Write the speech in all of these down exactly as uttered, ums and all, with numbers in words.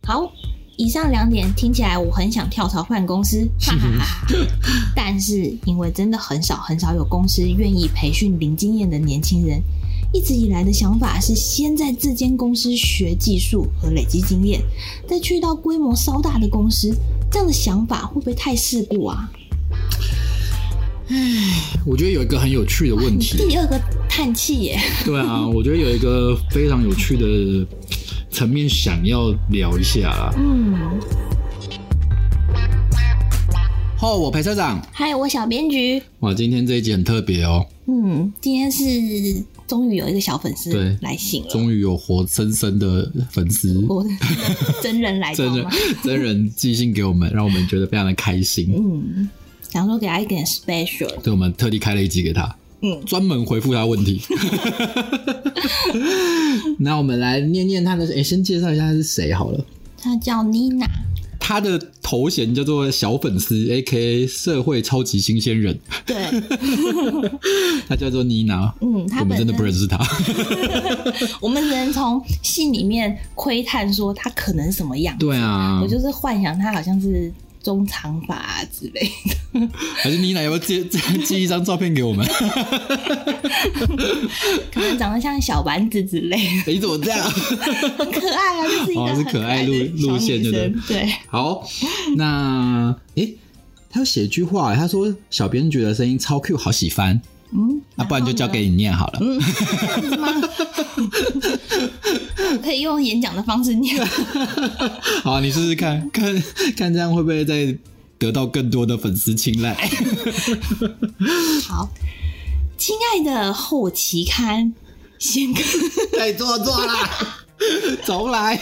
好，以上两点听起来我很想跳槽换公司，哈哈哈哈。但是因为真的很少很少有公司愿意培训零经验的年轻人，一直以来的想法是先在这间公司学技术和累积经验，再去到规模稍大的公司，这样的想法会不会太世故啊？ 我觉得有一个很有趣的问题， 第二个叹气耶。对啊，我觉得有一个非常有趣的层面想要聊一下啦。嗯。哦，我裴社长， 还有我小编局。 哇，今天这一集很特别哦。 嗯，今天是终于有一个小粉丝来信了， 终于有活生生的粉丝， 真人来到吗？ 真人寄信给我们，让我们觉得非常的开心。 嗯。想说给他一点 special， 对，我们特地开了一集给他，嗯，专门回复他问题。那我们来念念他的，哎，先介绍一下他是谁好了。 他叫 Nina， 他的头衔叫做小粉丝 ，A K A 社会超级新鲜人。 对， 他叫做 Nina， 嗯，他我们真的不认识他。 我们只能从信里面窥探说他可能什么样子。 对啊， 我就是幻想他好像是中长发、啊、之类的， 还是你奶要不要寄寄一张照片给我们？ 可能长得像小丸子之类的。 你怎么这样？ 很可爱啊，就是一个很可爱的路路线，对不对？ 对。 好，那诶，他有写一句话，他说小编觉得声音超 Q， 好喜欢。嗯，那、啊、不然就交给你念好了。嗯， 这样子吗？可以用演讲的方式念。 好、啊，你试试看，看看这样会不会再得到更多的粉丝青睐？ 好，亲爱的后期刊，先跟太做作啦，重来。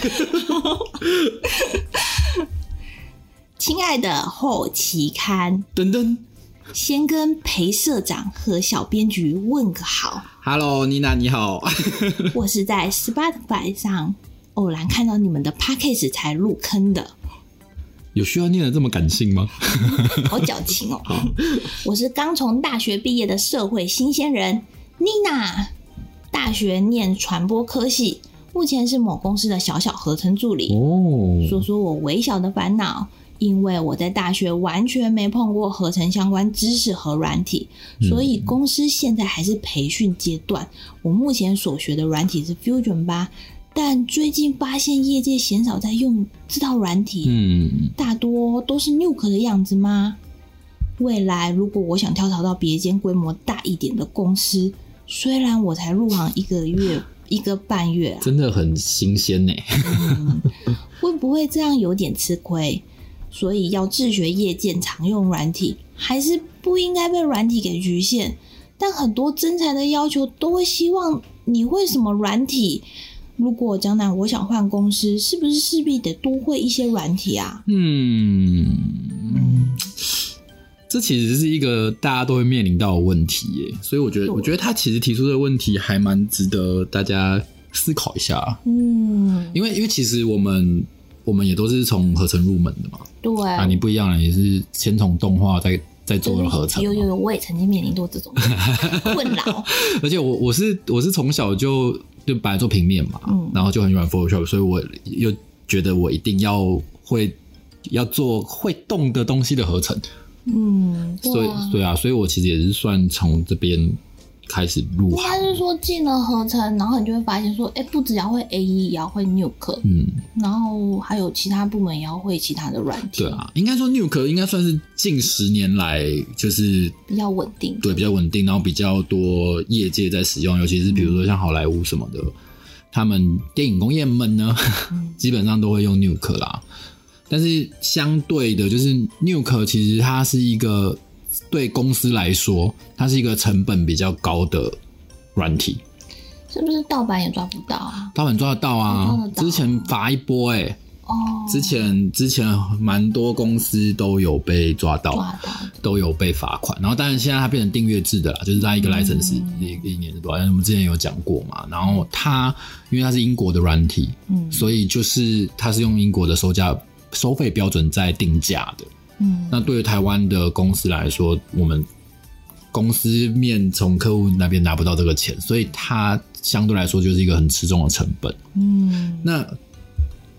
亲爱的后期刊， 噔噔。 先跟裴社长和小编局问个好。 Hello， 妮娜你好。 我是在 Spotify 上偶然看到你们的 Podcast 才入坑的。 有需要念得这么感性吗？ 好矫情哦。我是刚从大学毕业的社会新鲜人 Nina， 大学念传播科系，目前是某公司的小小合成助理。哦，说说我微小的烦恼。因为我在大学完全没碰过合成相关知识和软体，所以公司现在还是培训阶段。我目前所学的软体是 Fusion 八，但最近发现业界鲜少在用这套软体，嗯，大多都是 Nuke 的样子吗？未来如果我想跳槽到别间规模大一点的公司，虽然我才入行一个月一个半月、啊， 真的很新鲜耶、 嗯、会不会这样有点吃亏？所以要自学业界常用软体，还是不应该被软体给局限。但很多真才的要求都会希望你会什么软体。如果将来我想换公司，是不是势必得多会一些软体啊？嗯嗯，这其实是一个大家都会面临到的问题耶。所以我觉得，我觉得他其实提出的问题还蛮值得大家思考一下。嗯，因为因为其实我们。我们也都是从合成入门的嘛， 对啊，你不一样了，也是先从动画再再做了合成。 有有有，我也曾经面临过这种困扰。 而且我我是我是从小就就本来做平面嘛，嗯、然后就很喜欢 Photoshop， 所以我又觉得我一定要会要做会动的东西的合成。嗯，对啊，所以对啊，所以我其实也是算从这边开始入行。 应该是说进了合成，然后你就会发现说，哎，不只要会 A E， 也要会 Nuke， 嗯，然后还有其他部门也要会其他的软体。 对啊，应该说 Nuke 应该算是近十年来就是比较稳定， 对，比较稳定，然后比较多业界在使用，尤其是比如说像好莱坞什么的，嗯、他们电影工业们呢，嗯、基本上都会用 Nuke 啦。但是相对的，就是 Nuke 其实它是一个。对公司来说，它是一个成本比较高的软体， 是不是盗版也抓不到啊？ 盗版抓得到啊，得到之前罚一波哎、欸，哦，之前之前蛮多公司都有被抓到，抓到都有被罚款，然后当然现在它变成订阅制的啦，就是它一个 license 一个、嗯、一年是多少？我们之前有讲过嘛，然后它因为它是英国的软体，嗯，所以就是它是用英国的收价收费标准在定价的。嗯，那对于台湾的公司来说，我们公司面从客户那边拿不到这个钱，所以它相对来说就是一个很吃重的成本。嗯，那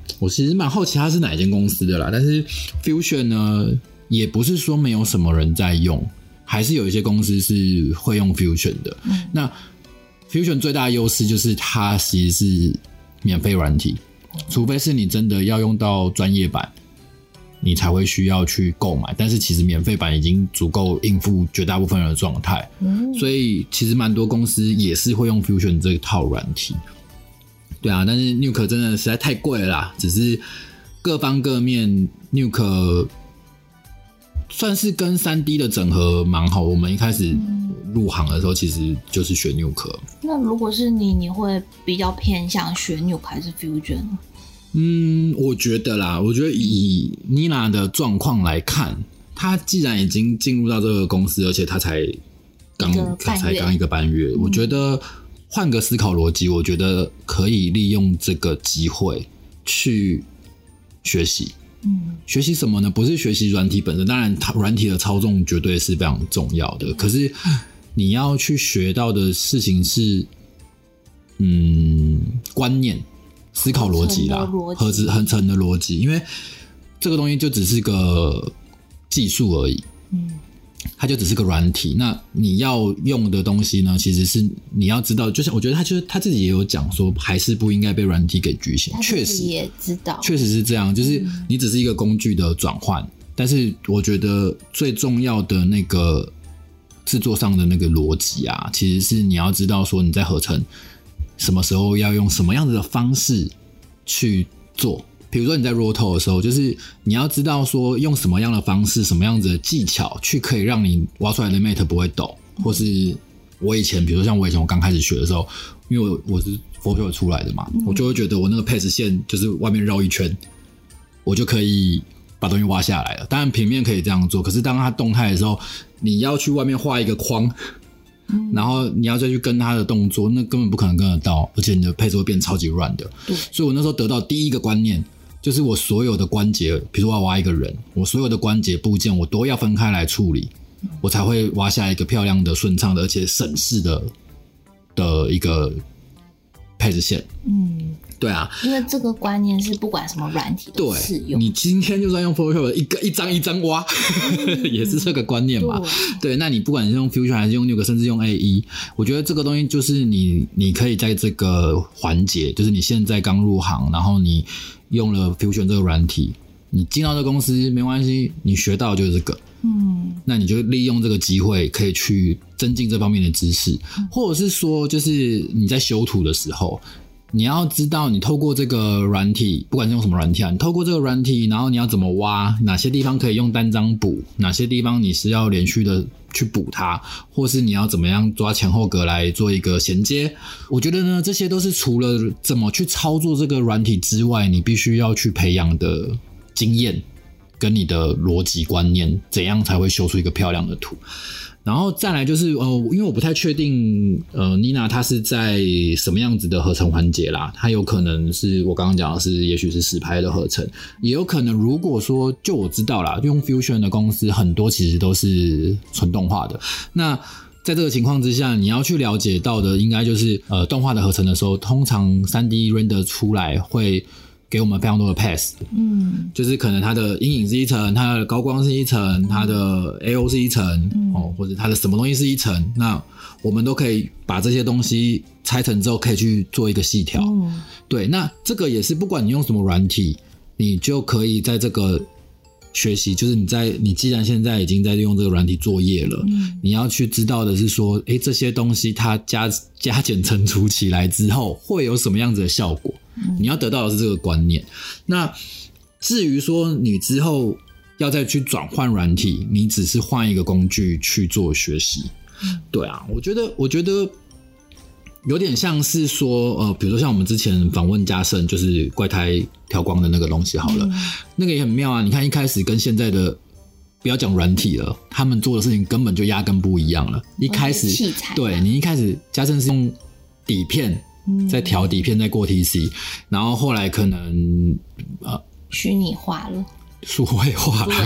我其实蛮好奇它是哪一间公司的啦，但是 Fusion 呢，也不是说没有什么人在用，还是有一些公司是会用 Fusion 的。嗯、那 Fusion 最大的优势就是它其实是免费软体，除非是你真的要用到专业版，你才会需要去购买，但是其实免费版已经足够应付绝大部分人的状态。嗯、所以其实蛮多公司也是会用 Fusion 这一套软体。对啊，但是 Nuke 真的实在太贵了啦，只是各方各面 Nuke 算是跟 三 D 的整合蛮好。我们一开始入行的时候其实就是学 Nuke。 那如果是你，你会比较偏向学 Nuke 还是 Fusion？ 嗯，我觉得啦，我觉得以 Nina 的状况来看，她既然已经进入到这个公司，而且她才刚才刚一个半月，嗯、我觉得换个思考逻辑，我觉得可以利用这个机会去学习。嗯，学习什么呢？不是学习软体本身，当然软体的操纵绝对是非常重要的。可是你要去学到的事情是，嗯，观念、思考逻辑啦，合合成的逻辑。因为这个东西就只是个技术而已。嗯。它就只是个软体，那你要用的东西呢，其实是你要知道，就像我觉得他就是他自己也有讲说，还是不应该被软体给局限。确实也知道， 确实是这样，就是你只是一个工具的转换，嗯、但是我觉得最重要的那个制作上的那个逻辑啊，其实是你要知道说你在合成什么时候要用什么样子的方式去做。比如说你在 Roto 的时候，就是你要知道说用什么样的方式、什么样子的技巧去可以让你挖出来的 mate 不会抖，或是我以前，比如说像我以前我刚开始学的时候，因为我我是 Photoshop 出来的嘛，嗯、我就会觉得我那个 path 线就是外面绕一圈，我就可以把东西挖下来了。当然平面可以这样做，可是当它动态的时候，你要去外面画一个框。嗯、然后你要再去跟他的动作，那根本不可能跟得到，而且你的配置会变超级乱的。所以我那时候得到第一个观念，就是我所有的关节，比如说我要挖一个人，我所有的关节部件我都要分开来处理，我才会挖下一个漂亮的、顺畅的，而且省事的的一个配置线。嗯，对啊， 因为这个观念是不管什么软体都适用。 你今天就算用 Photoshop 一个一张一张挖，嗯、也是这个观念嘛。对，对，那你不管是用 Fusion 还是用 Nuke， 甚至用 A E， 我觉得这个东西就是你你可以在这个环节，就是你现在刚入行，然后你用了 Fusion 这个软体，你进到这个公司没关系，你学到的就是这个。嗯，那你就利用这个机会可以去增进这方面的知识，嗯、或者是说就是你在修图的时候，你要知道你透过这个软体，不管是用什么软体啊，你透过这个软体，然后你要怎么挖，哪些地方可以用单张补，哪些地方你是要连续的去补它，或是你要怎么样抓前后格来做一个衔接。我觉得呢，这些都是除了怎么去操作这个软体之外，你必须要去培养的经验跟你的逻辑观念，怎样才会修出一个漂亮的图。然后再来就是呃，因为我不太确定呃 Nina 她是在什么样子的合成环节啦，她有可能是我刚刚讲的是也许是实拍的合成，也有可能如果说就我知道啦，用 Fusion 的公司很多其实都是纯动画的。那在这个情况之下，你要去了解到的应该就是呃动画的合成的时候，通常 三 D render 出来会给我们非常多的 pass， 嗯，就是可能它的阴影是一层，它的高光是一层，它的 A O 是一层，嗯、哦，或者它的什么东西是一层，那我们都可以把这些东西拆成之后，可以去做一个细调。嗯、对，那这个也是不管你用什么软体，你就可以在这个学习，就是你在你既然现在已经在用这个软体作业了，嗯、你要去知道的是说，诶，这些东西它加加减乘除起来之后会有什么样子的效果。你要得到的是这个观念。那至于说你之后要再去转换软体，你只是换一个工具去做学习。对啊，我觉得我觉得有点像是说呃，比如说像我们之前访问嘉盛，就是怪胎调光的那个东西好了，嗯、那个也很妙啊。你看一开始跟现在的不要讲软体了，他们做的事情根本就压根不一样了。一开始器材， 对，你一开始嘉盛是用底片。再调底片，再过 T C， 然后后来可能呃虚拟化了， 数位化了，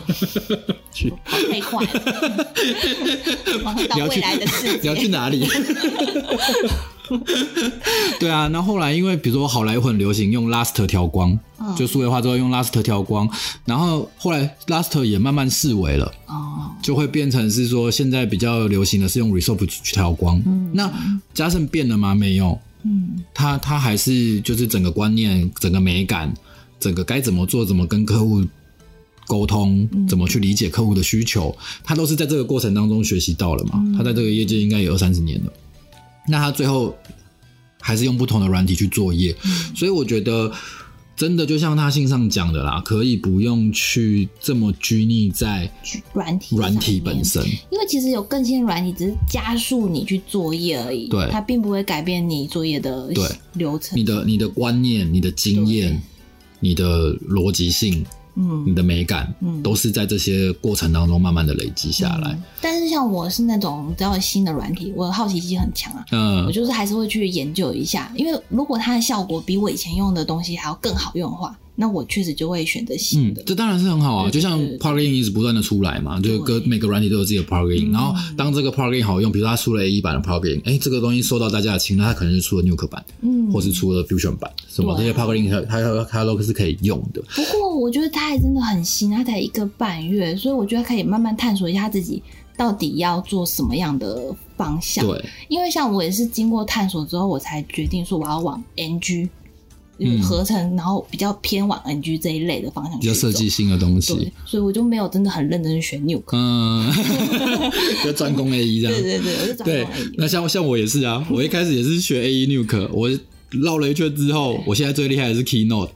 太快了，到未来的世界， 你要去哪里？ 对啊，那后来因为比如说好莱坞很流行用 Lustre 调光，嗯、就数位化之后用 Lustre 调光，然后后来 Lustre 也慢慢式微了，哦，就会变成是说现在比较流行的是用 Resolve 去调光。嗯、那嘉盛变了吗？没有，嗯，它它还是就是整个观念、整个美感、整个该怎么做、怎么跟客户沟通，怎么去理解客户的需求，他都是在这个过程当中学习到了嘛。嗯、他在这个业界应该有二三十年了，那他最后还是用不同的软体去作业，嗯、所以我觉得真的就像他信上讲的啦，可以不用去这么拘泥在软体软体本身， 因为其实有更新的软体只是加速你去作业而已， 对， 它并不会改变你作业的流程， 你的你的观念、你的经验、你的逻辑性。嗯，你的美感，嗯，都是在这些过程当中慢慢的累积下来。嗯、 但是像我是那种只要有新的软体，我的好奇心很强啊，嗯，我就是还是会去研究一下，因为如果它的效果比我以前用的东西还要更好用的话，那我确实就会选择新的。 嗯，这当然是很好啊，就像 plugin 一直不断的出来嘛，就跟每个软体都有自己的 plugin， 然后当这个 plugin 好用，比如说它出了 A E 版的 plugin， 哎，这个东西受到大家的青睐，它可能是出了 Nuke 版，嗯，或是出了 Fusion 版，什么这些 plugin 它它它都是可以用的。 不过我觉得它还真的很新，它才一个半月，所以我觉得可以慢慢探索一下他自己到底要做什么样的方向。对，因为像我也是经过探索之后，我才决定说我要往 N G。嗯，合成，然后比较偏往 N G 这一类的方向去走， 比较设计性的东西， 对，所以我就没有真的很认真去学 Nuke， 嗯，就专攻 A E 这样， 对对对，我就专攻 A E。 那像像我也是啊，我一开始也是学 A E Nuke， 我绕了一圈之后，我现在最厉害的是 Keynote，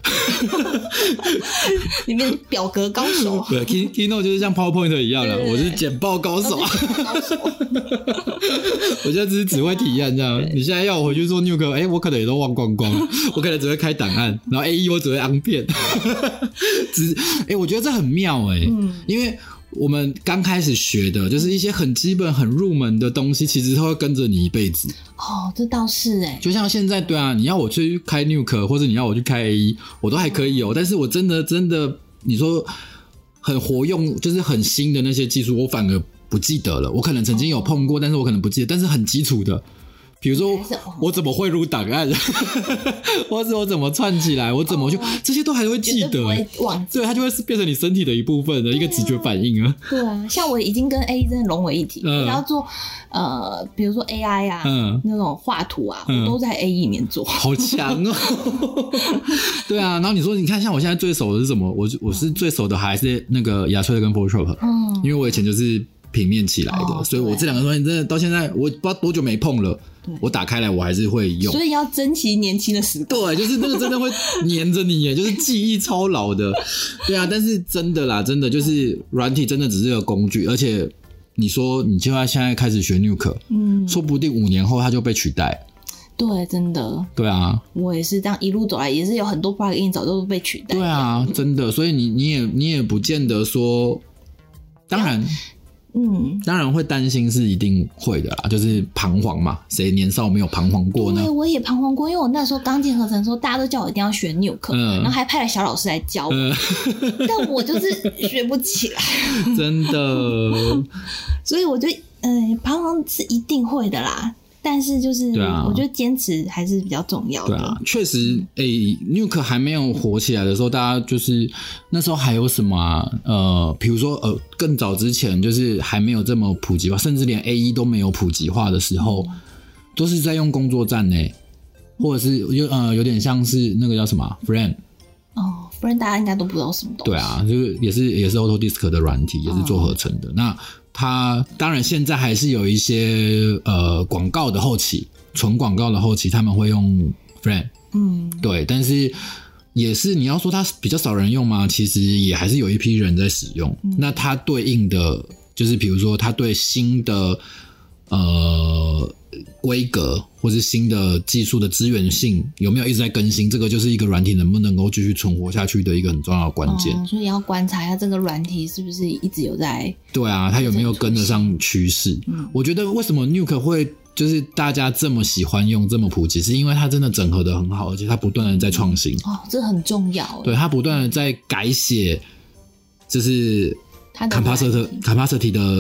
里面表格高手， 对 Key Keynote 就是像 PowerPoint 一样的，我是简报高手， 高手我现在只是只会体验这样。你现在要我回去做 Nuke， 哎、欸，我可能也都忘光光了，我可能只会开档案，然后 A E 我只会昂片，只哎、欸，我觉得这很妙哎、欸，嗯，因为。我们刚开始学的就是一些很基本很入门的东西，其实它会跟着你一辈子。 哦，这倒是耶， 就像现在对啊，你要我去开 Nuke 或者你要我去开 A E 我都还可以哦，但是我真的真的你说很活用就是很新的那些技术我反而不记得了，我可能曾经有碰过，但是我可能不记得，但是很基础的比如说我怎么汇入档案或是我怎么串起来我怎么去、哦、这些都还会记得，对，它就会变成你身体的一部分的一个直觉反应啊。 对啊，像我已经跟 A E 真的融为一体，嗯、我要做呃比如说 A I 啊、嗯、那种画图啊、嗯、我都在 A E 里面做， 好强哦对啊，然后你说你看像我现在最熟的是什么，我我是最熟的还是那个雅翠跟 Photoshop、嗯、因为我以前就是平面起来的、哦、所以我这两个东西真的到现在我不知道多久没碰了，我打开来我还是会用， 所以要珍惜年轻的时光。 对，就是那个真的会黏着你耶，就是记忆超牢的。对啊，但是真的啦，真的就是软体真的只是个工具，而且你说你就要现在开始学 Nuke， 嗯，说不定五年后它就被取代。 对，真的。 对啊， 我也是这样一路走来，也是有很多 plugin 早就被取代。 对啊，真的，所以你你也你也不见得说，当然。嗯，当然会担心是一定会的啦，就是彷徨嘛，谁年少没有彷徨过呢？ 对，我也彷徨过，因为我那时候刚进合成的时候，大家都叫我一定要学 Nuke，、嗯、然后还派了小老师来教我，嗯、但我就是学不起来， 真的。所以我觉得，呃，彷徨是一定会的啦。但是就是，啊、我觉得坚持还是比较重要的。 对啊，确实，诶、欸、，Nuke 还没有火起来的时候，大家就是那时候还有什么啊？呃，比如说呃，更早之前就是还没有这么普及化，甚至连 A E 都没有普及化的时候，嗯、都是在用工作站呢、欸，或者是有呃有点像是那个叫什么 Frame。 哦，不然大家应该都不知道什么东西。 对啊，就是也是也是 Autodesk 的软体，也是做合成的。嗯、那它当然现在还是有一些呃广告的后期，纯广告的后期他们会用 Frame， 嗯，对，但是也是你要说它比较少人用吗？其实也还是有一批人在使用。嗯、那它对应的就是比如说它对新的呃规格或是新的技术的资源性有没有一直在更新，这个就是一个软体能不能够继续存活下去的一个很重要的关键、 哦、所以要观察一下这个软体是不是一直有在， 对啊，它有没有跟得上趋势、嗯、我觉得为什么 Nuke 会就是大家这么喜欢用这么普及，是因为它真的整合得很好，而且它不断的在创新、 哦，这很重要。 对，它不断的在改写就是 capacity capacity 的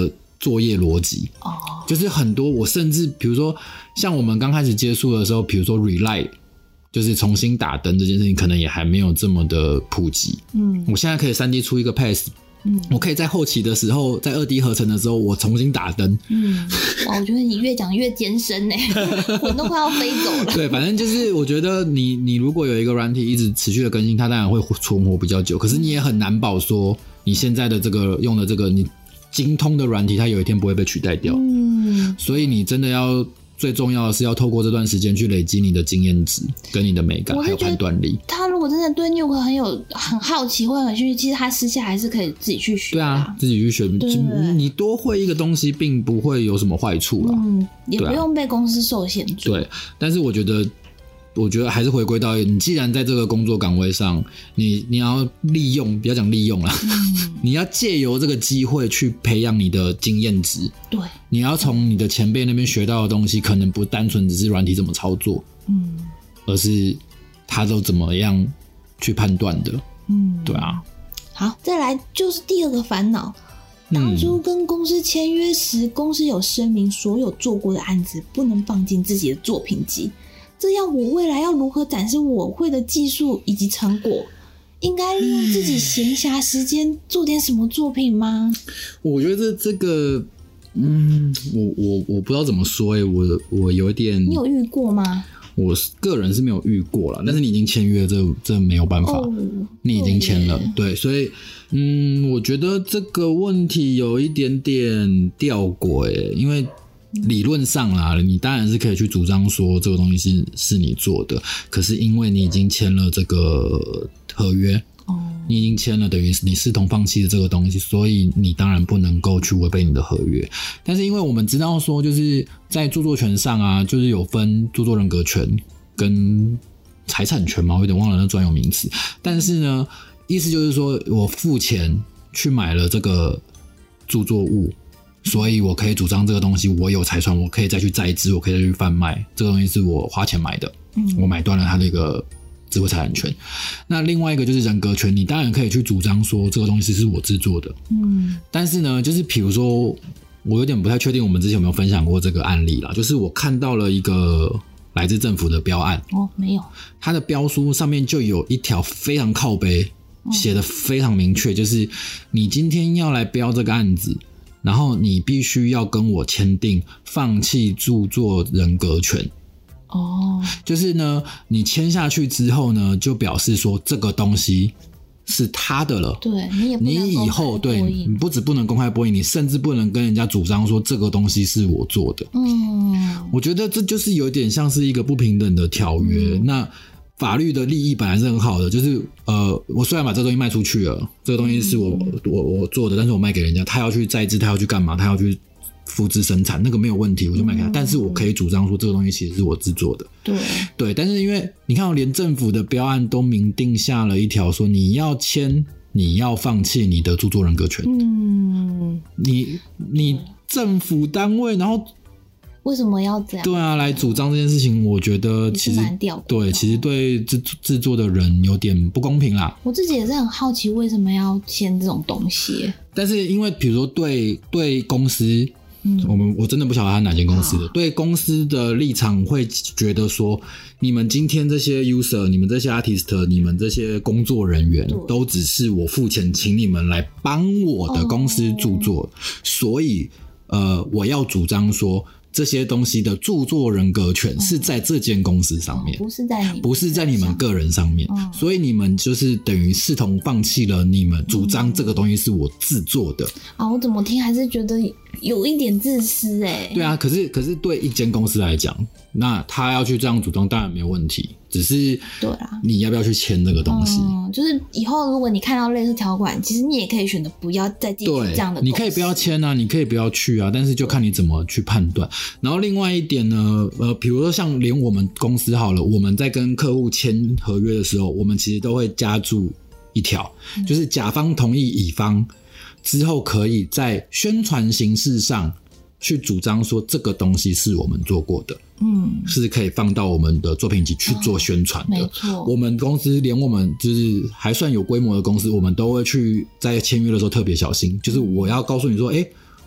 作业逻辑。哦，就是很多我甚至比如说像我们刚开始接触的时候，比如说 relight 就是重新打灯这件事情，可能也还没有这么的普及。嗯，我现在可以 三 D 出一个 pass。嗯，我可以在后期的时候，在 二 D 合成的时候，我重新打灯。嗯， 哇，我觉得你越讲越艰深呢，魂都快要飞走了。 对，反正就是我觉得你你如果有一个软体一直持续的更新，它当然会存活比较久。可是你也很难保说你现在的这个用的这个你精通的软体，它有一天不会被取代掉。嗯，所以你真的要。最重要的是要透过这段时间去累积你的经验值跟你的美感还有判断力。 他如果真的对 Nuke 很有很好奇或很兴趣，其实他私下还是可以自己去学。 对啊，自己去学。你多会一个东西并不会有什么坏处啦。嗯， 也不用被公司受限住。 对，但是我觉得我觉得还是回归到你既然在这个工作岗位上，你你要利用，不要讲利用啦、嗯、你要借由这个机会去培养你的经验值。对，你要从你的前辈那边学到的东西，可能不单纯只是软体怎么操作，嗯，而是他都怎么样去判断的。嗯，对啊。 好，再来就是第二个烦恼。当初跟公司签约时、嗯、公司有声明所有做过的案子不能放进自己的作品集，这样我未来要如何展示我会的技术以及成果？应该利用自己闲暇时间做点什么作品吗？ 我觉得这个，嗯，我我我不知道怎么说哎、欸，我我有点， 你有遇过吗？ 我个人是没有遇过啦，但是你已经签约，这这没有办法，哦、你已经签了，对，所以嗯，我觉得这个问题有一点点吊诡、欸，因为。理论上啦，你当然是可以去主张说这个东西是是你做的，可是因为你已经签了这个合约，哦，你已经签了，等于你视同放弃了这个东西，所以你当然不能够去违背你的合约。但是因为我们知道说，就是在著作权上啊，就是有分著作人格权跟财产权嘛，我有点忘了那专有名词。但是呢，意思就是说我付钱去买了这个著作物。所以我可以主张这个东西我有财产，我可以再去再制，我可以再去贩卖，这个东西是我花钱买的，嗯，我买断了它的一个智慧财产权。那另外一个就是人格权，你当然可以去主张说这个东西是我制作的，嗯，但是呢就是比如说我有点不太确定我们之前有没有分享过这个案例啦，就是我看到了一个来自政府的标案， 哦，没有， 它的标书上面就有一条非常靠北，写得非常明确，就是你今天要来标这个案子，然后你必须要跟我签订放弃著作人格权。哦，就是呢，你签下去之后呢，就表示说这个东西是他的了。 对，你也不能公开播映， 你以后对你不只不能公开播映，你甚至不能跟人家主张说这个东西是我做的。嗯，我觉得这就是有点像是一个不平等的条约。嗯、那法律的利益本来是很好的，就是呃，我虽然把这个东西卖出去了，这个东西是我、嗯、我我做的，但是我卖给人家，他要去再制，他要去干嘛？他要去复制生产，那个没有问题，我就卖给他。嗯、但是我可以主张说，这个东西其实是我制作的。 对对，但是因为你看，连政府的标案都明定下了一条，说你要签，你要放弃你的著作人格权。嗯，你你政府单位，然后。 为什么要这样？ 对啊，来主张这件事情，我觉得其实对，其实对制制作的人有点不公平啦。 我自己也是很好奇，为什么要签这种东西？ 但是因为比如说对对公司，嗯，我们我真的不晓得他哪间公司的，对公司的立场会觉得说，你们今天这些 user， 你们这些 artist， 你们这些工作人员，都只是我付钱请你们来帮我的公司著作，哦、所以呃，我要主张说。这些东西的著作人格权是在这间公司上面， 哦、不是在你不是在你们个人上面，嗯、所以你们就是等于视同放弃了你们主张这个东西是我制作的。 啊，我怎么听还是觉得有一点自私哎。 对啊，可是可是对一间公司来讲，那他要去这样主张当然没有问题，只是对啊，你要不要去签这个东西？ 嗯，就是以后如果你看到类似条款，其实你也可以选择不要再继续这样的公司。 你可以不要签啊，你可以不要去啊，但是就看你怎么去判断。然后另外一点呢，呃，比如说像连我们公司好了，我们在跟客户签合约的时候，我们其实都会加注一条，嗯、就是甲方同意乙方之后，可以在宣传形式上去主张说这个东西是我们做过的，嗯，是可以放到我们的作品集去做宣传的。哦、没错，我们公司连我们就是还算有规模的公司，我们都会去在签约的时候特别小心，就是我要告诉你说，哎。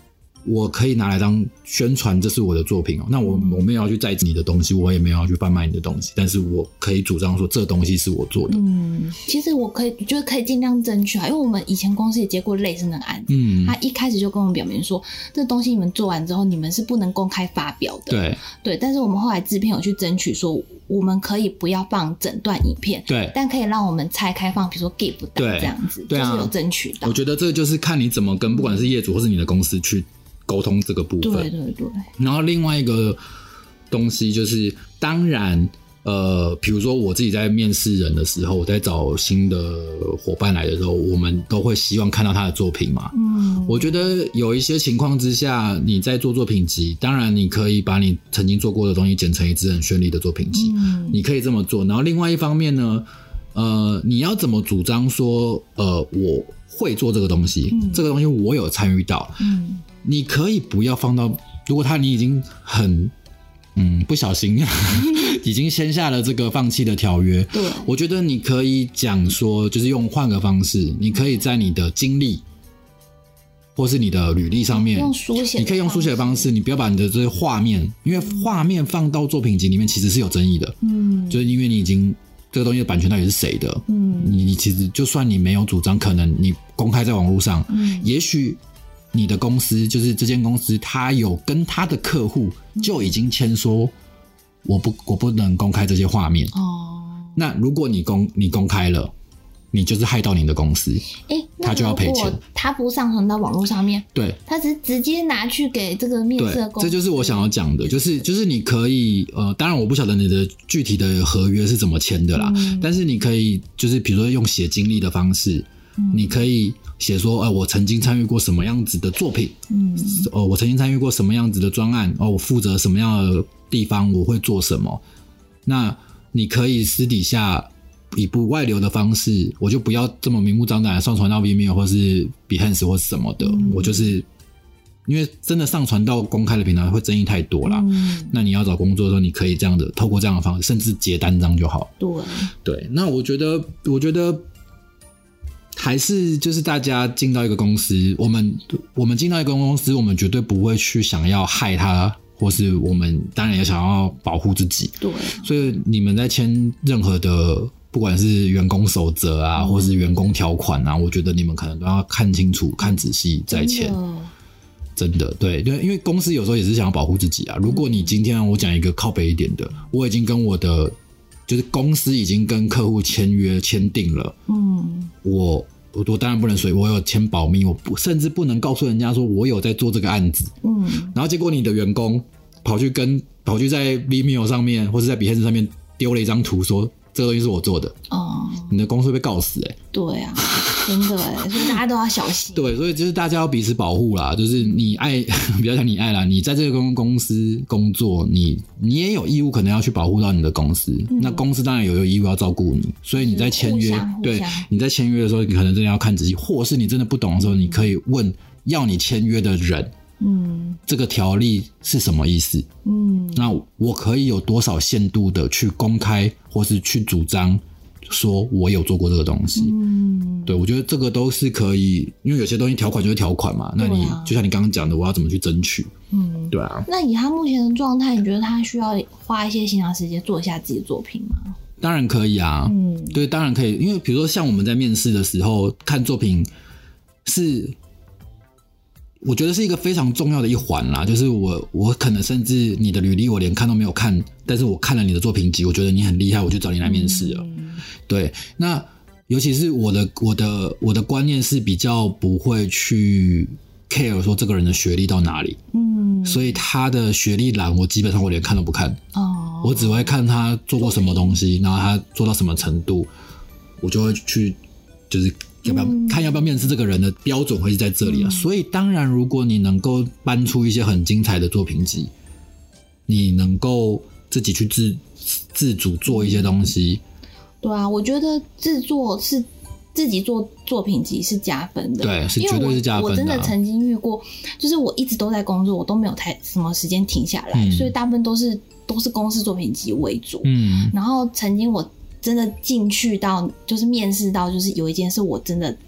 我可以拿来当宣传，这是我的作品哦。那我我没有要去载你的东西，我也没有要去贩卖你的东西，但是我可以主张说这东西是我做的。 嗯，其实我可以觉得可以尽量争取啊，因为我们以前公司也接过类似的案子，嗯，他一开始就跟我们表明说，这东西你们做完之后，你们是不能公开发表的。 对对，但是我们后来制片有去争取说，我们可以不要放整段影片， 对， 但可以让我们拆开放，比如说 GIF 档这样子，对啊，就是有争取到。 我觉得这就是看你怎么跟不管是业主或是你的公司去沟通这个部分。 对对对。 然后另外一个东西就是，当然，呃，比如说我自己在面试人的时候，我在找新的伙伴来的时候，我们都会希望看到他的作品嘛。嗯，我觉得有一些情况之下，你在做作品集，当然你可以把你曾经做过的东西剪成一支很绚丽的作品集，嗯，你可以这么做。然后另外一方面呢，呃，你要怎么主张说，呃，我会做这个东西，嗯，这个东西我有参与到，嗯。你可以不要放到，如果他你已经很嗯不小心已经签下了这个放弃的条约，对，我觉得你可以讲说，就是用换个方式，你可以在你的经历或是你的履历上面用书写， 你可以用书写的方式，你不要把你的这些画面，因为画面放到作品集里面其实是有争议的，嗯，就是因为你已经这个东西的版权到底是谁的，嗯，你你其实就算你没有主张，可能你公开在网络上，嗯，也许你的公司就是这间公司，他有跟他的客户就已经签说，我不我不能公开这些画面。哦，那如果你公你公开了，你就是害到你的公司，欸，他就要赔钱。 他不上传到网络上面， 对， 他只是直接拿去给这个面试的公司。 这就是我想要讲的，就是就是你可以呃，当然我不晓得你的具体的合约是怎么签的啦，嗯，但是你可以就是比如说用写经历的方式，嗯，你可以写说，呃，我曾经参与过什么样子的作品，嗯，哦，我曾经参与过什么样子的专案，哦，我负责什么样的地方，我会做什么。那你可以私底下以不外流的方式，我就不要这么明目张胆的上传到 Vimeo 或是 Behance 或是什么的，嗯，我就是因为真的上传到公开的平台会争议太多啦，嗯，那你要找工作的时候，你可以这样的透过这样的方式，甚至截单张就好。 对对，那我觉得，我觉得。还是就是大家进到一个公司，我们我们进到一个公司，我们绝对不会去想要害他，或是我们当然也想要保护自己。对，所以你们在签任何的，不管是员工守则啊，嗯，或是员工条款啊，我觉得你们可能都要看清楚、看仔细再签。真的，对，因为公司有时候也是想要保护自己啊。如果你今天我讲一个靠北一点的，我已经跟我的。就是公司已经跟客户签约签订了，嗯，我我我当然不能随，我有签保密，我不甚至不能告诉人家说我有在做这个案子，嗯，然后结果你的员工跑去跟跑去在 Vimeo 上面或是在 Behance 上面丢了一张图说这个东西是我做的，哦，你的公司会被告死哎，欸， 对啊，真的哎，所以大家都要小心。 对，所以就是大家要彼此保护啦，就是你爱，不要讲你爱啦，你在这个公司工作，你你也有义务可能要去保护到你的公司，嗯，那公司当然有义务要照顾你，所以你在签约，对，你在签约的时候，你可能真的要看仔细，或是你真的不懂的时候，你可以问要你签约的人。嗯，这个条例是什么意思？嗯，那我可以有多少限度的去公开，或是去主张说我有做过这个东西？嗯，对，我觉得这个都是可以，因为有些东西条款就是条款嘛。那你，啊，就像你刚刚讲的，我要怎么去争取？嗯，对啊。 那以他目前的状态，你觉得他需要花一些闲暇时间做一下自己的作品吗？ 当然可以啊，嗯，对，当然可以，因为比如说像我们在面试的时候看作品是。我觉得是一个非常重要的一环啦，就是我我可能甚至你的履历我连看都没有看，但是我看了你的作品集，我觉得你很厉害，我就找你来面试了。嗯，对，那尤其是我的我的我的观念是比较不会去 care 说这个人的学历到哪里，嗯，所以他的学历栏我基本上我连看都不看，哦，我只会看他做过什么东西，然后他做到什么程度，我就会去就是。要不要看要不要面试这个人的标准会是在这里啊，嗯，所以当然如果你能够搬出一些很精彩的作品集，你能够自己去自自主做一些东西，对啊，我觉得制作是自己做作品集是加分的， 对，是绝对是加分的，啊， 我真的曾经遇过，就是我一直都在工作，我都没有太什么时间停下来，嗯，所以大部分都是都是公司作品集为主，嗯，然后曾经我真的进去到就是面试到就是有一件事我真的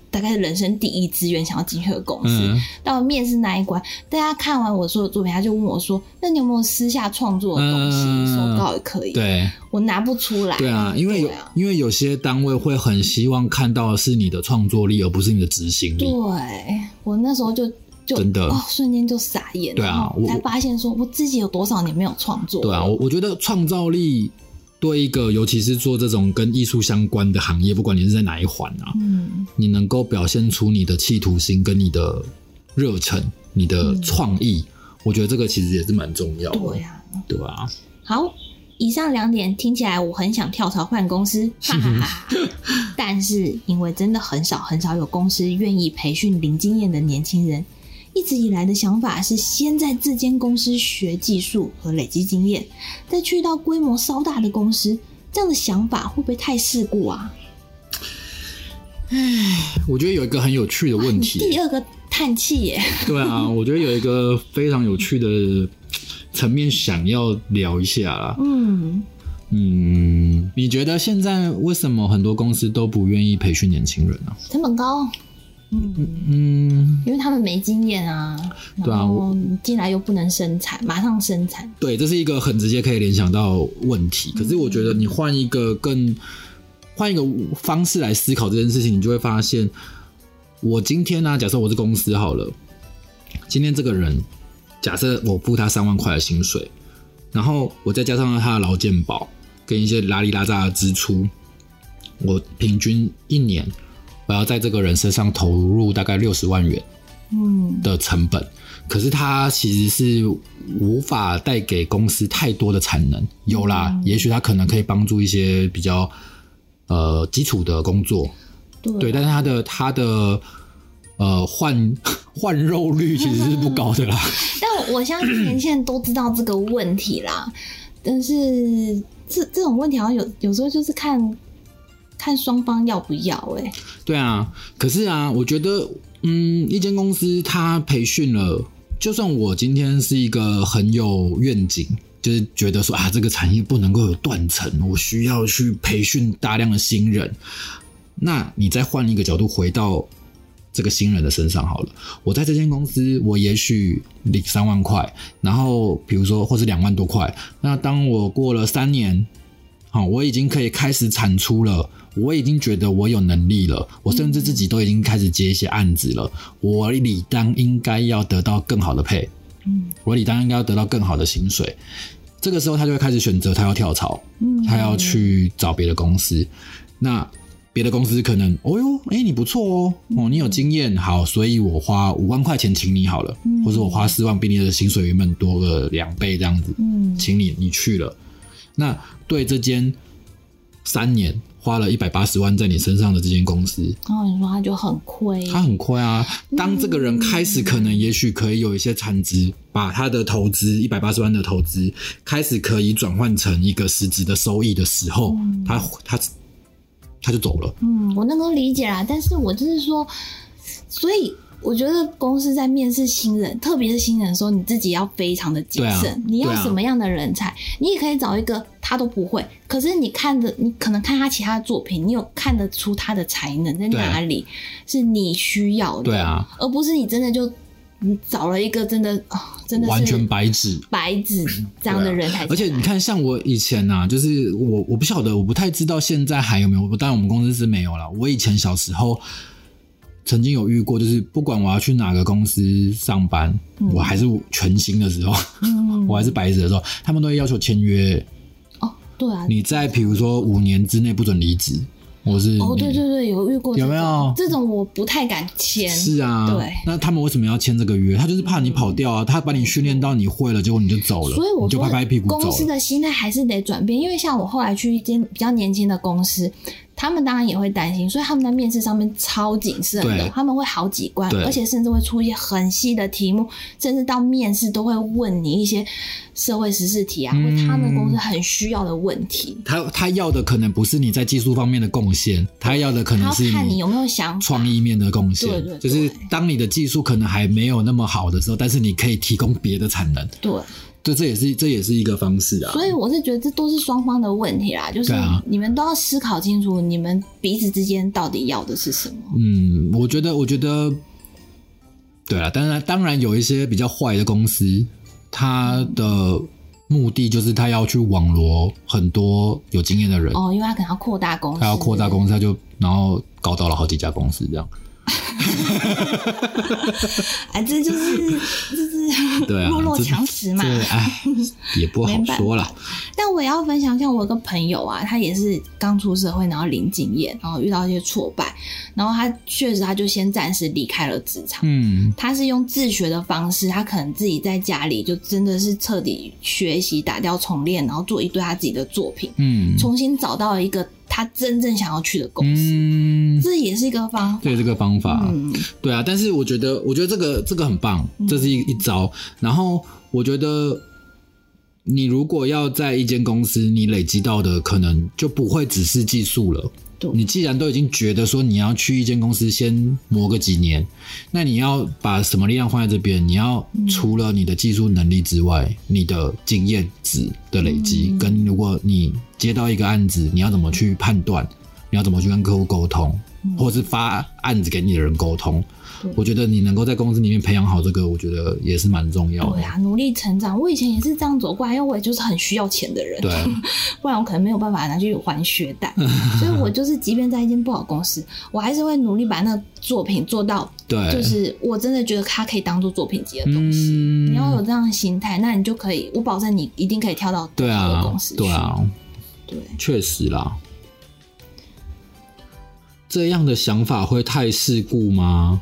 大概人生第一志愿想要进去的公司。嗯、到面试那一关，大家看完我所有作品，他就问我说：“那你有没有私下创作的东西？嗯、手稿也可以。”对，我拿不出来。 对啊，因为有、啊、因为有些单位会很希望看到的是你的创作力，而不是你的执行力。 对，我那时候就。就真的哦，瞬间就傻眼了。 对啊， 我才发现说我自己有多少年没有创作。 对啊，我我觉得创造力对一个尤其是做这种跟艺术相关的行业，不管你是在哪一环啊，嗯，你能够表现出你的企图心跟你的热忱、你的创意、嗯，我觉得这个其实也是蛮重要的。 对啊， 对啊。 好，以上两点听起来我很想跳槽换公司，哈哈哈。但是因为真的很少很少有公司愿意培训零经验的年轻人。一直以来的想法是先在这间公司学技术和累积经验，再去到规模稍大的公司，这样的想法会不会太世故啊？ 唉，我觉得有一个很有趣的问题。 第二个叹气耶。 对啊，我觉得有一个非常有趣的层面想要聊一下啦。嗯嗯，你觉得现在为什么很多公司都不愿意培训年轻人呢？ 成本高。嗯嗯，因为他们没经验啊， 对啊，我进来又不能生产，马上生产。 对，这是一个很直接可以联想到问题。可是我觉得你换一个更换一个方式来思考这件事情，你就会发现，我今天呢、啊，假设我是公司好了，今天这个人，假设我付他三万块的薪水，然后我再加上他的劳健保跟一些拉里拉杂的支出，我平均一年。我要在这个人身上投入大概六十万元的成本、嗯、可是他其实是无法带给公司太多的产能。有啦、嗯、也许他可能可以帮助一些比较呃基础的工作， 对, 对，但是他的他的呃换换肉率其实是不高的啦。 但我相信年轻人都知道这个问题啦，但是这这种问题好像有有时候就是看看双方要不要欸。 对啊，可是啊，我觉得，嗯，一间公司它培训了，就算我今天是一个很有愿景，就是觉得说啊，这个产业不能够有断层，我需要去培训大量的新人。那你再换一个角度回到这个新人的身上好了，我在这间公司，我也许领三万块，然后比如说或是两万多块，那当我过了三年，好，我已经可以开始产出了。我已经觉得我有能力了，我甚至自己都已经开始接一些案子了，我理当应该要得到更好的配，嗯，我理当应该要得到更好的薪水。这个时候他就会开始选择他要跳槽，嗯，他要去找别的公司。那别的公司可能，哦哟，哎，你不错哦，哦，你有经验，好，所以我花五万块钱请你好了，嗯，或者我花四万比你的薪水原本多个两倍这样子，嗯，请你你去了。那对这间三年花了一百八十万在你身上的这间公司， 哦，你说他就很亏， 他很亏啊。当这个人开始可能也许可以有一些产值，把他的投资一百八十万的投资开始可以转换成一个实质的收益的时候，嗯，他他他就走了。嗯， 我能够理解啦，但是我就是说，所以我觉得公司在面试新人，特别是新人的时候，你自己要非常的谨慎，啊，你要什么样的人才，啊，你也可以找一个他都不会，可是你看的，你可能看他其他的作品，你有看得出他的才能在哪里，是你需要的， 对啊， 而不是你真的就找了一个真的哦，真的是完全白纸白纸这样的人才， 啊。而且你看，像我以前啊，就是我我不晓得，我不太知道现在还有没有，当然我们公司是没有啦。我以前小时候曾经有遇过，就是不管我要去哪个公司上班，嗯，我还是全新的时候，嗯，我还是白纸的时候，他们都会要求签约。 哦，对啊， 你在比如说五年之内不准离职。我是哦，对对对，有遇过这种，有没有？这种我不太敢签。 是啊， 对。 那他们为什么要签这个约？他就是怕你跑掉啊，他把你训练到你会了，结果你就走了， 所以我你就拍拍屁股走了。 公司的心态还是得转变，因为像我后来去一间比较年轻的公司，他们当然也会担心，所以他们在面试上面超谨慎的，他们会好几关，而且甚至会出一些很细的题目，甚至到面试都会问你一些社会时事题啊，嗯，或他们公司很需要的问题。 他他要的可能不是你在技术方面的贡献，他要的可能是你看你有没有想法， 创意面的贡献。 对对对， 就是当你的技术可能还没有那么好的时候，但是你可以提供别的产能。 对。 这这也是这也是一个方式啊。 所以我是觉得这都是双方的问题啦，就是你们都要思考清楚，你们彼此之间到底要的是什么。 嗯，我觉得我觉得对啦，当然当然有一些比较坏的公司，它的目的就是他要去网罗很多有经验的人哦，因为他可能要扩大公司， 他要扩大公司，他就然后搞到了好几家公司这样。 哎，这就是就是对啊， 弱肉强食嘛， 哎，也不好说啦。 但我也要分享，像我有个朋友啊，他也是刚出社会，然后零经验，然后遇到一些挫败，然后他确实他就先暂时离开了职场。嗯，他是用自学的方式，他可能自己在家里就真的是彻底学习，打掉重练，然后做一堆他自己的作品，嗯，重新找到一个他真正想要去的公司，嗯，这也是一个方法， 对，这个方法，嗯，对啊。但是我觉得，我觉得这个这个很棒，这是一一招。然后我觉得，你如果要在一间公司，你累积到的可能就不会只是技术了。你既然都已经觉得说你要去一间公司先磨个几年，那你要把什么力量放在这边？你要除了你的技术能力之外，你的经验值的累积，嗯，跟如果你接到一个案子，你要怎么去判断，你要怎么去跟客户沟通，嗯，或是发案子给你的人沟通。我觉得你能够在公司里面培养好这个，我觉得也是蛮重要的。 对啊，努力成长。我以前也是这样走过来，因为我也就是很需要钱的人， 对， 不然我可能没有办法拿去还学贷。所以我就是即便在一间不好公司，我还是会努力把那个作品做到，对，就是我真的觉得它可以当做作品集的东西。嗯，你要有这样的心态，那你就可以，我保证你一定可以跳到更好的公司去。 对啊，对，确实啦。这样的想法会太世故吗？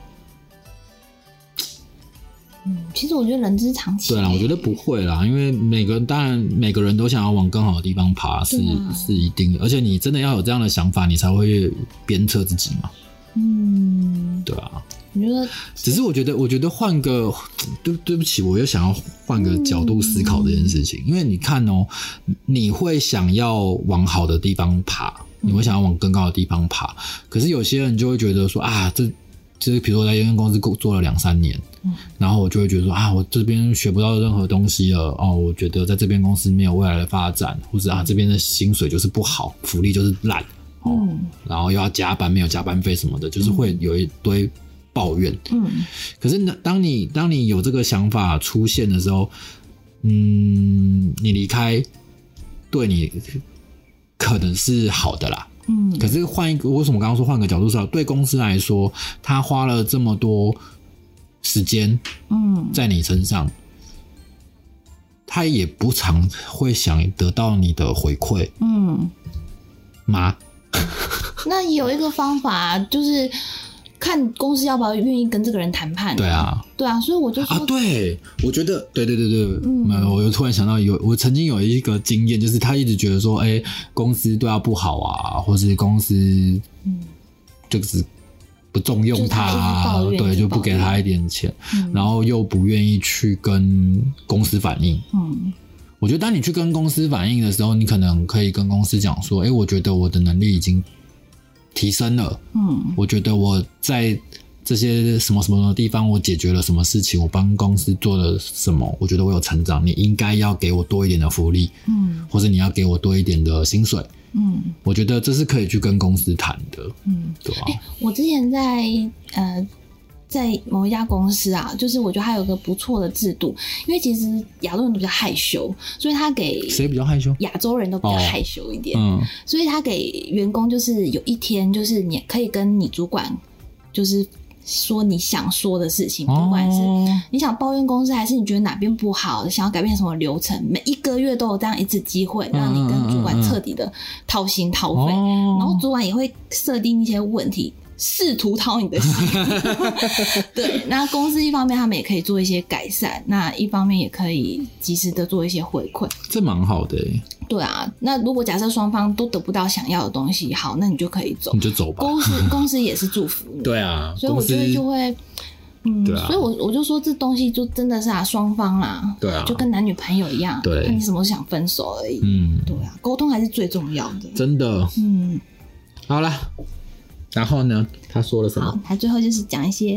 嗯，其实我觉得人之常情。 对啦，我觉得不会啦，因为每个当然每个人都想要往更好的地方爬，是、啊、是一定的，而且你真的要有这样的想法，你才会鞭策自己嘛。嗯，对啊。 你觉得？ 只是我觉得，我觉得换个对对不起，我又想要换个角度思考这件事情，嗯、因为你看哦，你会想要往好的地方爬，你会想要往更高的地方爬，可是有些人就会觉得说啊，这。就是比如说我在一间公司做了两三年，嗯，然后我就会觉得说啊，我这边学不到任何东西了哦，我觉得在这边公司没有未来的发展，或者啊这边的薪水就是不好，福利就是烂，哦，嗯，然后又要加班，没有加班费什么的，就是会有一堆抱怨。嗯，可是呢，当你当你有这个想法出现的时候，嗯，你离开对你可能是好的啦。嗯，可是换一个，为什么刚刚说换个角度思考？对公司来说，他花了这么多时间，嗯，在你身上，他也不常会想得到你的回馈，嗯，吗？ 那有一个方法就是。看公司要不要愿意跟这个人谈判。 对啊， 对啊，所以我就说， 啊，对，我觉得，对对对对，嗯，我又突然想到有，我曾经有一个经验，就是他一直觉得说，哎、欸，公司对他不好啊，或是公司，嗯，就是不重用他、啊，他对，就不给他一点钱，嗯、然后又不愿意去跟公司反映，嗯。我觉得当你去跟公司反映的时候，你可能可以跟公司讲说，哎、欸，我觉得我的能力已经提升了，嗯，我觉得我在这些什么什么的地方，我解决了什么事情，我帮公司做了什么，我觉得我有成长，你应该要给我多一点的福利，嗯，或者你要给我多一点的薪水，嗯，我觉得这是可以去跟公司谈的，嗯，对吧、啊欸？ 我之前在呃。在某一家公司啊，就是我觉得他有一个不错的制度，因为其实亚洲人都比较害羞，所以他给谁比较害羞？ 亚洲人都比较害羞一点，哦、嗯，所以他给员工就是有一天，就是你可以跟你主管，就是说你想说的事情，不管是你想抱怨公司，还是你觉得哪边不好，想要改变什么流程，每一个月都有这样一次机会，让你跟主管彻底的掏心掏肺，哦、然后主管也会设定一些问题。试图讨你的心对，那公司一方面他们也可以做一些改善，那一方面也可以及时的做一些回馈， 这蛮好的耶。 对啊，那如果假设双方都得不到想要的东西，好，那你就可以走， 你就走吧。 公司公司也是祝福你， 对啊， 所以我觉得就会嗯，对啊，所以我我就说这东西就真的是啊，双方啊， 对啊，就跟男女朋友一样，对，看你什么时候想分手而已，嗯，对啊，沟通还是最重要的， 真的，嗯，好啦。然后呢？他说了什么？ 他最后就是讲一些啊，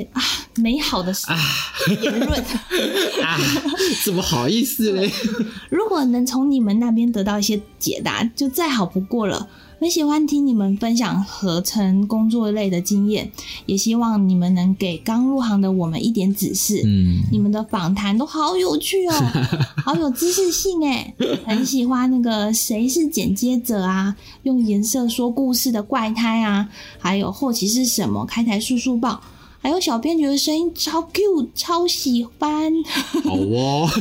美好的言论啊，怎么好意思嘞？ 如果能从你们那边得到一些解答，就再好不过了。很喜欢听你们分享合成工作类的经验，也希望你们能给刚入行的我们一点指示。嗯，你们的访谈都好有趣哦，好有知识性耶。很喜欢那个谁是剪接者啊，用颜色说故事的怪胎啊，还有后期是什么开台速速报，还有小编觉得声音超 Q， 超喜欢。 好哦。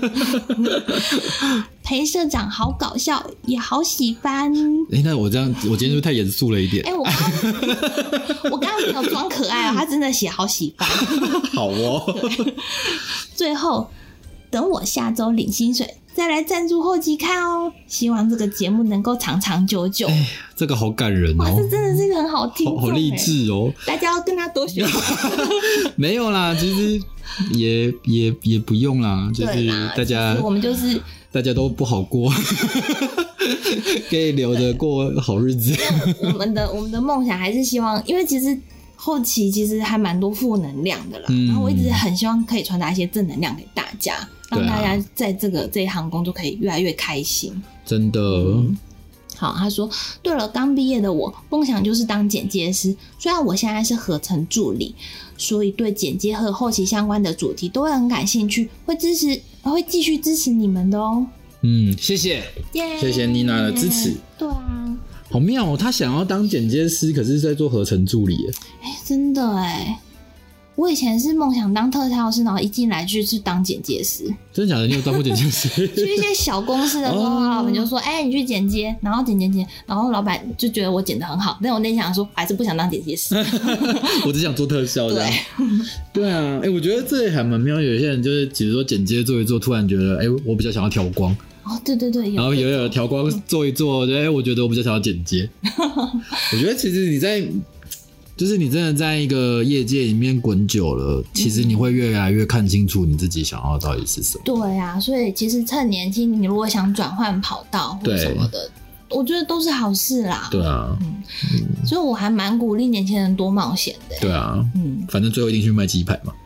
裴社长好搞笑，也好喜欢。 哎、欸，那我这样，我今天是不是太严肃了一点？ 哎、欸，我刚我刚刚没有装可爱哦，他真的写好喜欢。 好哦。 最后，等我下周领薪水再来赞助后期看哦。希望这个节目能够长长久久。哎、欸， 这个好感人哦！ 哇，这真的是一个很好听， 好励志哦！ 大家要跟他多学。 没有啦，其实也也也不用啦，就是大家我们就是大家都不好过，可以留着过好日子。 我们的我们的梦想还是希望，因为其实后期其实还蛮多负能量的啦、嗯，然后我一直很希望可以传达一些正能量给大家，让大家在这个、啊、这一行工作可以越来越开心。 真的。嗯， 好，他说，对了，刚毕业的我梦想就是当剪接师，虽然我现在是合成助理，所以对剪接和后期相关的主题都会很感兴趣，会支持，会继续支持你们的哦。 嗯，谢谢， yeah, 谢谢妮娜的支持。 对啊， 好妙哦，他想要当剪接师，可是在做合成助理耶。 哎、欸，真的哎。我以前是梦想当特效师，然后一进来就是当剪接师。 真的假的？你有当过剪接师？ 去一些小公司的时候，哦、老板就说：“哎、欸，你去剪接，然后剪剪剪。”然后老板就觉得我剪得很好，但我内心想说，还是不想当剪接师。 我只想做特效。对，对啊，哎、欸，我觉得这还蛮妙。有些人就是，比如说剪接做一做，突然觉得，哎、欸，我比较想要调光。 哦，对对对， 然后有有调光做一做，哎、嗯，我觉得我比较想要剪接。我觉得其实你在。就是你真的在一个业界里面滚久了，其实你会越来越看清楚你自己想要的到底是什么。 对啊，所以其实趁年轻，你如果想转换跑道或什么的，我觉得都是好事啦。 对啊，嗯嗯、所以我还蛮鼓励年轻人多冒险的。 对啊，嗯，反正最后一定去卖鸡排嘛。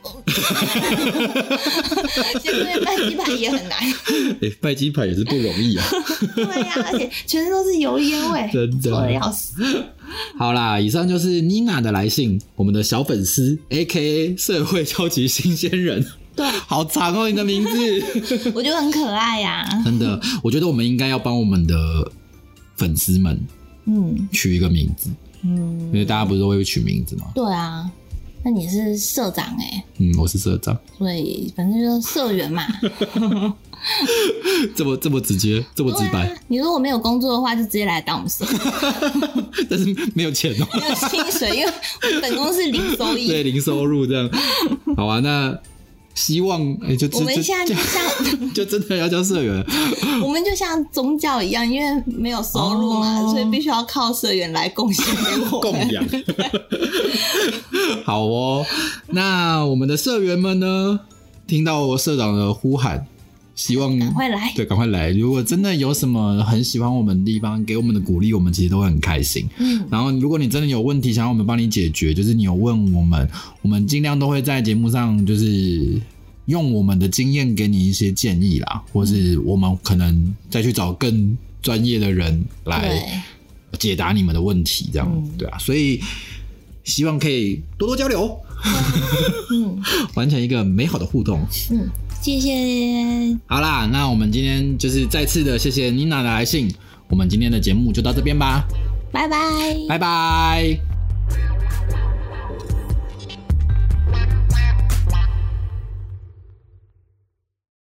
现在卖鸡排也很难。 欸，卖鸡排也是不容易啊。 对呀、啊，而且全身都是油烟味， 真的臭得要死。 好啦，以上就是妮娜的来信，我们的小粉丝 A K A 社会超级新鲜人。 对， 好长哦，你的名字。 我觉得很可爱呀、啊。 真的，我觉得我们应该要帮我们的粉丝们，嗯，取一个名字，嗯，因为大家不是都会取名字吗？ 对啊。那你是社长哎、欸， 嗯，我是社长， 所以反正就是社员嘛。 这么这么直接，这么直白、啊。 你如果没有工作的话，就直接来当我们社员。 但是没有钱哦、喔， 没有薪水，因为本公司零收益。 对，零收入这样。好啊，那希望哎、欸，就我们现在就像就真的要叫社员。 我们就像宗教一样，因为没有收入嘛，哦、所以必须要靠社员来贡献给我供养。好哦，那我们的社员们呢，听到社长的呼喊，希望赶快来， 对，赶快来。如果真的有什么很喜欢我们的地方，给我们的鼓励，我们其实都会很开心。嗯，然后如果你真的有问题想要我们帮你解决，就是你有问我们，我们尽量都会在节目上就是用我们的经验给你一些建议啦，或是我们可能再去找更专业的人来解答你们的问题，这样、嗯、对啊，所以希望可以多多交流，嗯，完成一个美好的互动。 嗯，谢谢。 好啦，那我们今天就是再次的谢谢妮娜的来信，我们今天的节目就到这边吧， 拜拜， 拜拜。